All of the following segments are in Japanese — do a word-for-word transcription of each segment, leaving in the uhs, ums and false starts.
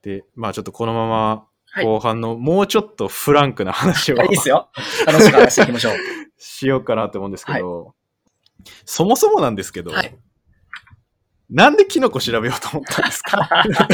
で、まあちょっとこのまま後半のもうちょっとフランクな話を、 はい、いいですよ。楽しく話していきましょう。 しようかなと思うんですけど、はい、そもそもなんですけど、はい、なんでキノコ調べようと思ったんですか？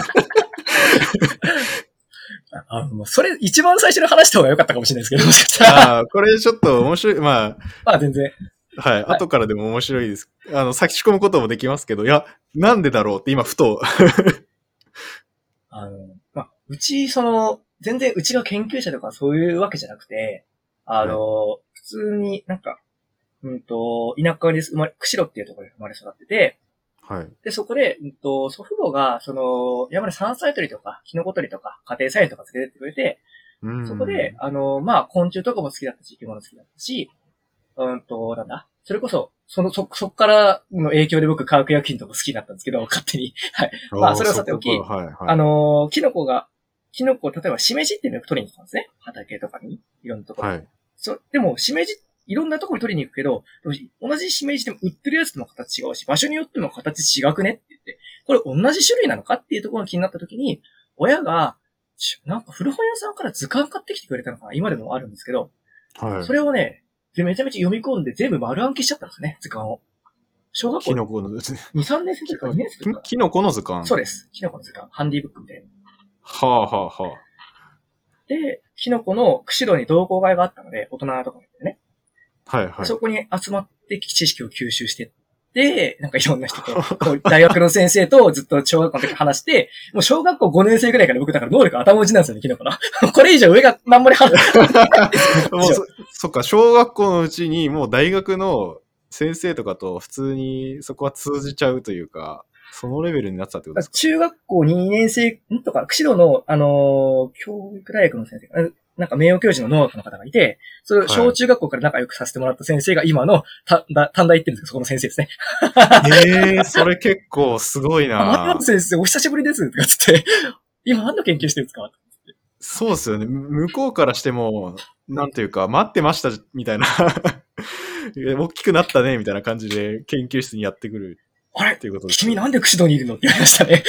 あもうそれ一番最初に話した方が良かったかもしれないですけど、もしかしたら。 ああ、これちょっと面白い。まあ。 まあ全然。 はい。後からでも面白いです。あの、先仕込むこともできますけど、いや、なんでだろうって今ふと。 あの、まあ、うち、その、全然うちが研究者とかそういうわけじゃなくて、あの、はい、普通になんか、うんと、田舎に生まれ、釧路っていうところで生まれ育ってて、 はい。 で、そこで、うんと、祖父母が、その、山で山菜採りとか、キノコ採りとか、家庭菜園とか連れてってくれて、そこで、あの、まあ、昆虫とかも好きだったし、生き物好きだったし、うんと、なんだ、それこそ、その、そ、そっからの影響で僕、化学薬品とか好きだったんですけど、勝手に。はい。まあ、それはさておき、はいはい、あの、キノコが、キノコ、例えば、しめじっていうのを取りに行ったんですね。畑とかに、いろんなところに。はい。そう、でも、しめじ、いろんなところに取りに行くけど、同じしめじでも売ってるやつとも形違うし、場所によっても形違くねって言って、これ同じ種類なのかっていうところが気になった時に、親が、なんか古本屋さんから図鑑買ってきてくれたのかな、今でもあるんですけど、はい。それをね、でめちゃめちゃ読み込んで全部丸暗記しちゃったんですね、図鑑を。小学校キノコのですね。 に、さんねん生とかにねん生とか。 キノコの図鑑。 そうです。キノコの図鑑。ハンディブックみたいな。 はあはあはあ。 で、キノコの釧路に同好会があったので、大人とかでね。 はいはい。 そこに集まって知識を吸収してって、なんかいろんな人と、大学の先生とずっと小学校の時話して、もう小学校ごねん生ぐらいから僕だから能力頭打ちなんですよね、キノコの。これ以上上が何もり話せない。 もうそ、そっか、小学校のうちにもう大学の先生とかと普通にそこは通じちゃうというか、そのレベルになってたってことですか？ 中学校にねん生とか、釧路の、あのー、教育大学の先生、なんか名誉教授の農学の方がいて、それを小中学校から仲良くさせてもらった先生が今の短大行ってるんですけど、そこの先生ですね。 ええー、それ結構すごいな。 あ、先生、お久しぶりです。とかつって、今何の研究してるんですか？ そうですよね。向こうからしても、なんていうか、待ってましたみたいな。大きくなったね、みたいな感じで研究室にやってくる。 あれっていうことです。君なんで釧路にいるのって言われましたね。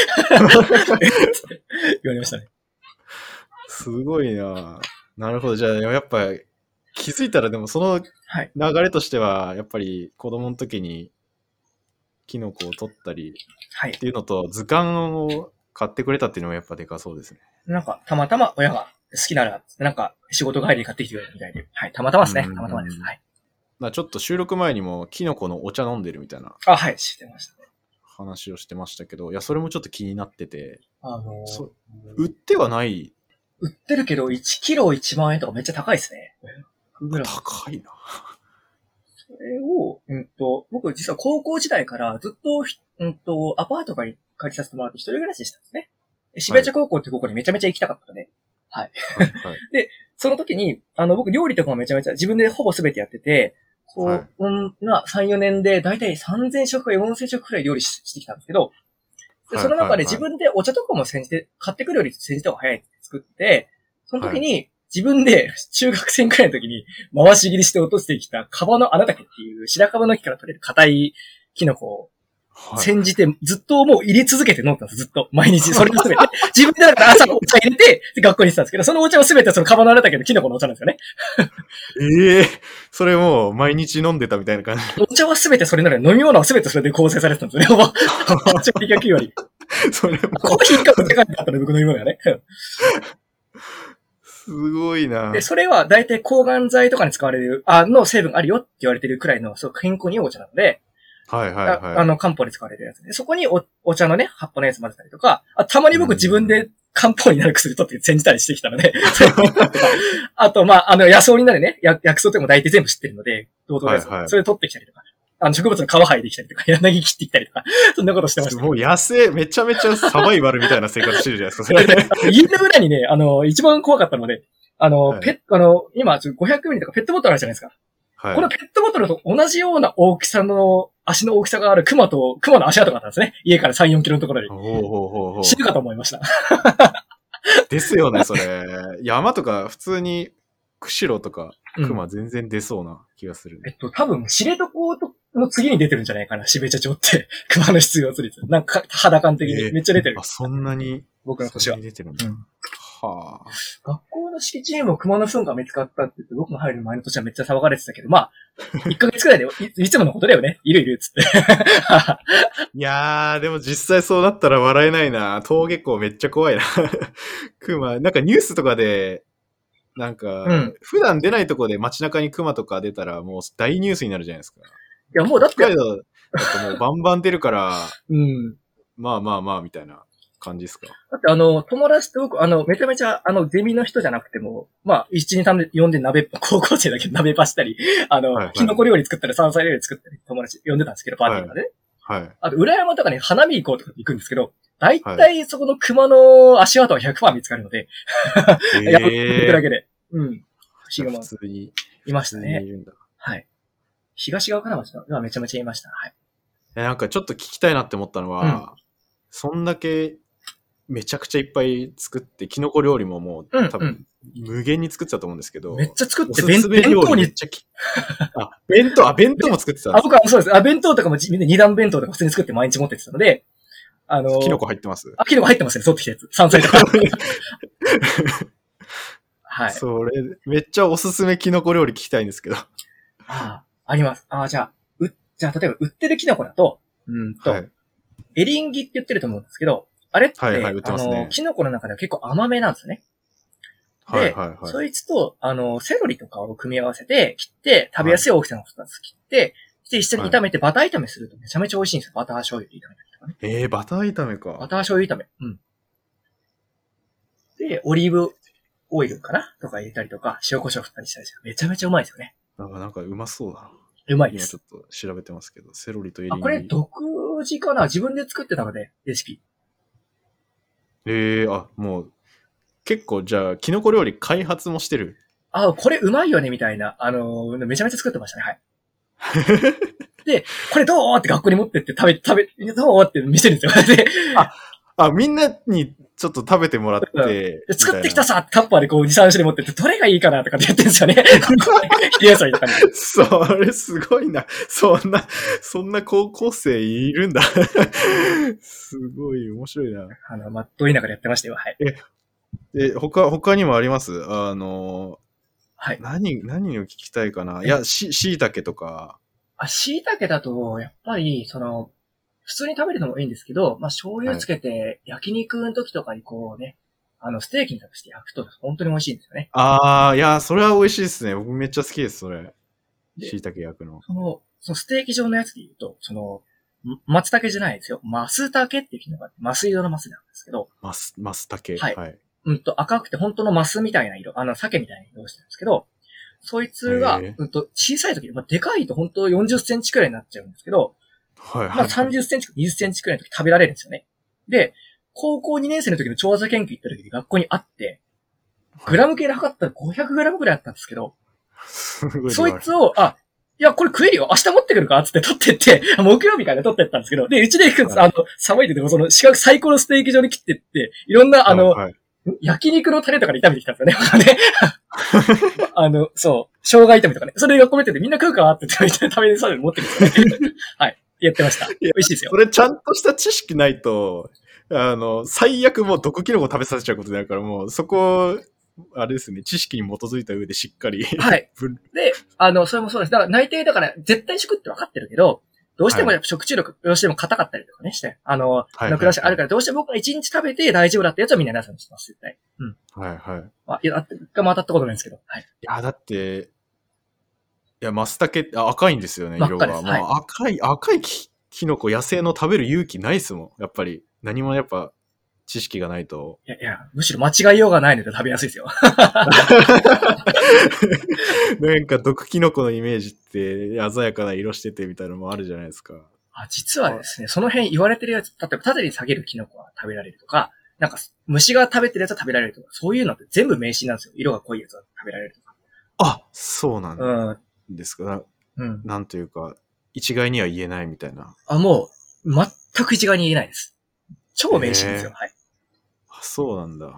言われましたね。 すごいな。なるほど。じゃあ、やっぱ気づいたらでもその流れとしては、やっぱり子供の時にキノコを取ったりっていうのと、図鑑を買ってくれたっていうのもやっぱでかそうですね。 なんか、たまたま親が好きなら、なんか仕事帰りに買ってきてくれたみたいで。はい。たまたまですね。たまたまです。はい。 まあちょっと収録前にもキノコのお茶飲んでるみたいな。 あ、はい。知ってましたね。 話をしてましたけど、いや、それもちょっと気になってて。 あのー、 そ売ってはない売ってるけど、いちキロいちまんえんとかめっちゃ高いですね。 高いな。 それを、うんと、僕実は高校時代からずっと、うんと、アパートから借りさせてもらって一人暮らししたんですね。渋谷高校って高校にめちゃめちゃ行きたかったので。はい。はいはい、で、その時に、あの、僕料理とかもめちゃめちゃ自分でほぼ全てやってて、こう、はい、うんな、さん、よねんでだいたいさんぜんしょくかよんせんしょくくらい料理 し, してきたんですけど、でその中で自分でお茶とかも煎じて、買ってくるより煎じた方が早いって作って、その時に自分で中学生くらいの時に回し切りして落としてきたカバの穴竹っていう白樺の木から取れる硬いキノコを煎じて、ずっともう入れ続けて飲んだんです、ずっと。毎日、それをすべて。自分でだから朝お茶入れて、学校に行ってたんですけど、そのお茶はすべてそのカバの穴竹のキノコのお茶なんですよね。 ええー、それもう毎日飲んでたみたいな感じ。 お茶はすべてそれなので、飲み物はすべてそれで構成されてたんですよね。ほぼ。はち割きゅう割。それも。コーヒーかお茶かったので、僕の飲み物がね。 すごいな。 で、それは大体抗がん剤とかに使われる、あの成分あるよって言われてるくらいの、そう健康にいいお茶なので、 はいはいはい。 あ, あの、漢方に使われてるやつで、そこに お, お茶のね、葉っぱのやつ混ぜたりとか、あたまに僕自分で漢方になる薬取って煎じたりしてきたので、あと、まあ、あの、野草になるね、薬草とかも大体全部知ってるので、同等です、はいはい。それ取ってきたりとか、あの、植物の皮剥いできたりとか、柳切ってきたりとか、そんなことしてました。 もう野生、めちゃめちゃサバイバルみたいな生活してるじゃないですか、それ。 家の裏にね、あの、一番怖かったので、あの、はい、ペッ、あの、今、ごひゃくミリとかペットボトルあるじゃないですか。はい、このペットボトルと同じような大きさの、足の大きさがある熊と、熊の足跡があったんですね。家からさん、よんキロのところに。 ほうほうほうほう。 死ぬかと思いました。 ですよね、それ。山とか、普通に、釧路とか、熊全然出そうな気がする。 うん、えっと、多分、知床の次に出てるんじゃないかな、標茶町って。熊の出没率。なんか、肌感的にめっちゃ出てる。 えー、あ、そんなに。 僕の年は。 出てるんだ。うん、はあ。 学校の敷地にも熊の糞が見つかったって言って、僕の入る前の年はめっちゃ騒がれてたけど、まあ、いっかげつくらいでい、いつものことだよね。いるいるっつって。 いやー、でも実際そうなったら笑えないな。登下校めっちゃ怖いな。熊、なんかニュースとかで、なんか、うん、普段出ないとこで街中に熊とか出たらもう大ニュースになるじゃないですか。いや、もうだって。 北海道だともうバンバン出るから、 うん。 まあまあまあみたいな感じですか。 だってあの、友達って僕、あの、めちゃめちゃ、あの、ゼミの人じゃなくても、まあ、一日に呼んで鍋、高校生だけど鍋パしたり、あの、はいはい、キノコ料理作ったり、山菜料理作ったり、友達呼んでたんですけど、パーティーとかでね。 はい。はい、 あと、裏山とかに花見行こうとか行くんですけど、大体そこの熊の足跡は ひゃくパーセント 見つかるので、やっぱ行くだけで。うん。 シグマ。普通に。 いましたね。はい。東側から町はめちゃめちゃいました。はい。 え、なんかちょっと聞きたいなって思ったのは、うん、そんだけめちゃくちゃいっぱい作って、キノコ料理ももう、うん、多分、無限に作ってたと思うんですけど。 めっちゃ作って、弁当に。 あ、弁当、あ、弁当も作ってたんですか。あ、僕はそうです。あ、弁当とかもみんな二段弁当とか普通に作って毎日持ってってたので、あのー、 キノコ入ってます？ あ、キノコ入ってますね。取ってきたやつ。山菜とか。はい。 それ、めっちゃおすすめキノコ料理聞きたいんですけど。ああ、あります。ああ、じゃあ、う、じゃあ、例えば売ってるキノコだと、うんと、はい、エリンギって言ってると思うんですけど、あれって、はいはい、売ってますね、あの、キノコの中では結構甘めなんですよね。で、はいはいはい、そいつと、あの、セロリとかを組み合わせて切って、食べやすい大きさのふたつ切って、で、一緒に炒めてバター炒めするとめちゃめちゃ美味しいんですよ。バター醤油で炒めたりとかね。 えー、バター炒めか。 バター醤油炒め。うん。で、オリーブオイルかなとか入れたりとか、塩コショウ振ったりしたりして、めちゃめちゃうまいですよね。 なんか、なんかうまそうだな。 うまいです。 今ちょっと調べてますけど、セロリとエリンギ。 あ、これ独自かな？自分で作ってたので、レシピ。 ええー、あ、もう、結構じゃあ、キノコ料理開発もしてる。 あ、これうまいよね、みたいな。あの、めちゃめちゃ作ってましたね、はい。で、これどうって学校に持ってって食べ、食べ、どうって見せるんですよ。で、 あ、あ、みんなにちょっと食べてもらって。 うん、作ってきたさタッパーでこうに、さん種類持ってって、どれがいいかなとかってやってるんですよね。ひげ野菜とかに。 それすごいな。そんな、そんな高校生いるんだ。すごい面白いな。 あの、まっといながらやってましたよ。はい。 え、で、他、他にもあります？あの、 はい。 何、何を聞きたいかな。いや、し、椎茸とか。 あ、椎茸だと、やっぱり、その、普通に食べるのもいいんですけど、まあ、醤油つけて、焼肉の時とかにこうね、はい、あの、ステーキにして焼くと、本当に美味しいんですよね。 あー、いや、それは美味しいですね。僕めっちゃ好きです、それ。椎茸焼くの。 その、そのステーキ状のやつで言うと、その、松茸じゃないですよ。マス茸っていうのがあって、マス色のマスなんですけど。 マス、マス茸。 はい。はい、うんと、赤くて本当のマスみたいな色、あの、鮭みたいな色をしてるんですけど、そいつが、うんと、小さい時、まあ、でかいと本当よんじゅっセンチくらいになっちゃうんですけど、 はい、はい。 まあさんじゅっセンチかにじゅっセンチくらいの時食べられるんですよね。で、高校にねん生の時の調査研究行った時に学校にあって、グラム計で測ったらごひゃくグラムくらいあったんですけど、そいつを、あ、いや、これ食えるよ。明日持ってくるかつって取ってって、木曜日から取ってったんですけど、で、うちで行くんです。はい、あの、さばいてても、その、四角最高のステーキ状に切ってって、いろんな、あの、はいはい、焼肉のタレとかで炒めてきたんですよね。ねあの、そう、生姜炒めとかね。それが込めててみんな食うかって言って食べさせる持ってくるんですよね。はい。やってました。美味しいですよ。 それちゃんとした知識ないと、あの、最悪もう毒キノコ食べさせちゃうことになるから、もうそこ、あれですね、知識に基づいた上でしっかり。 はい。で、あの、それもそうです。だから内定だから絶対食って分かってるけど、どうしてもやっぱ食中毒、どうしても硬かったりとかねして、あの、はい、の暮らしあるから、どうしても僕は一日食べて大丈夫だってやつはみんな皆さんにしてます、絶対。うん。 はいはい。 まあ、いや、一回も当たったことないんですけど。はい。いや、だって、いや、マスタケって赤いんですよね、色が。まあ、はい、赤い、赤いキキノコ、野生の食べる勇気ないっすもん、やっぱり。何もやっぱ、知識がないと。 いやいや、むしろ間違いようがないので食べやすいですよ。 なんか毒キノコのイメージって鮮やかな色しててみたいなのもあるじゃないですか。 あ、実はですね、その辺言われてるやつ、例えば縦に下げるキノコは食べられるとか、なんか虫が食べてるやつは食べられるとか、そういうのって全部迷信なんですよ。色が濃いやつは食べられるとか。 あ、そうなんですか。うん。なんというか、一概には言えないみたいな。 あ、もう、全く一概に言えないです。超迷信ですよ。はい。 あ、そうなんだ。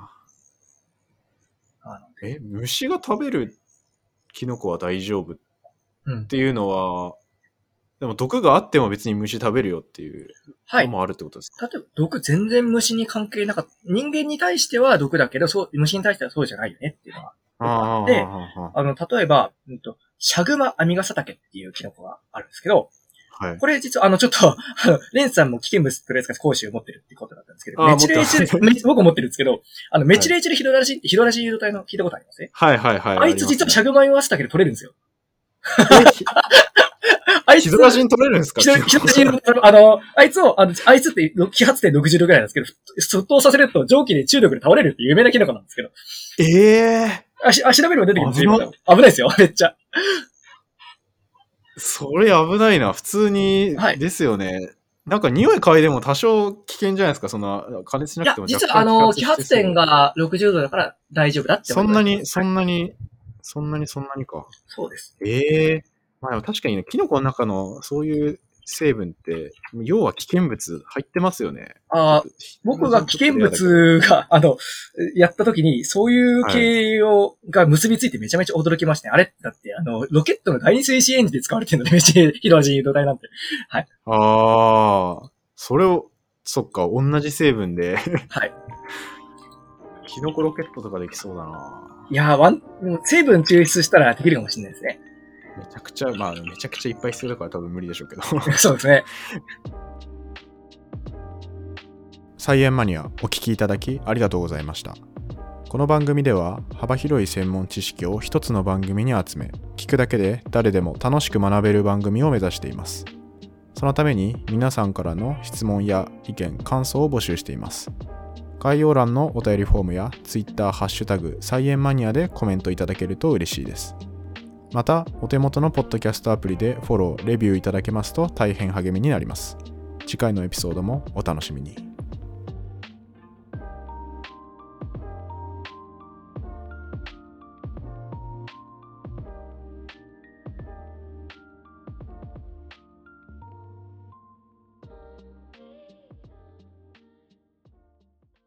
え、虫が食べるキノコは大丈夫っていうのは、 でも毒があっても別に虫食べるよっていうのもあるってことですか？ はい、例えば毒全然虫に関係なかった。人間に対しては毒だけど、そう、虫に対してはそうじゃないよねっていうのがあって、あの、例えば、うんと、シャグマアミガサタケっていうキノコがあるんですけど、はい、これ実はあのちょっと、あの、レンさんも危険物取り扱い講習を持ってるってことだったんですけど、メチルエチル、僕持ってるんですけど、あの、メチルエチルヒドラジンってヒドラジン誘導体の聞いたことありますね？ はいはいはい。 あいつ実はシャグマアミガサタケで取れるんですよ。あいつ、 ヒドラジン取れるんですか？ ヒドラジン、あの、あいつを、あの、あいつって揮発点ろくじゅうどぐらいなんですけど、沸騰させると蒸気で中毒で倒れるっていう有名なキノコなんですけど。 ええー。 あ、し、あ、調べれば出てくるんですよ。危ないですよ、めっちゃ。 それ危ないな。普通に、ですよね。はい、なんか匂い嗅いでも多少危険じゃないですか、そんな、加熱しなくても。 いや、実はあの、揮発点がろくじゅうどだから大丈夫だってそんなに、そんなに、そんなにそんなにか。 そうです。 ええー。まあでも確かにね、キノコの中のそういう成分って、要は危険物入ってますよね。 ああ、僕が危険物が、あの、やった時に、そういう系を、はい、が結びついてめちゃめちゃ驚きましたね。あれだって、あの、ロケットの第二推進エンジンで使われてるので、めっちゃヒドラジン誘導体なんて。はい。 ああ、それを、そっか、同じ成分で。 はい。 キノコロケットとかできそうだな。 いやー、ワン、成分抽出したらできるかもしれないですね。 めちゃくちゃ、まあ、めちゃくちゃいっぱい必要だから多分無理でしょうけど。 そうですね。 菜園マニア、お聞きいただきありがとうございました。この番組では幅広い専門知識を一つの番組に集め、聞くだけで誰でも楽しく学べる番組を目指しています。そのために皆さんからの質問や意見、感想を募集しています。概要欄のお便りフォームや Twitter ハッシュタグ菜園マニアでコメントいただけると嬉しいです。また、お手元のポッドキャストアプリでフォロー、レビューいただけますと大変励みになります。次回のエピソードもお楽しみに。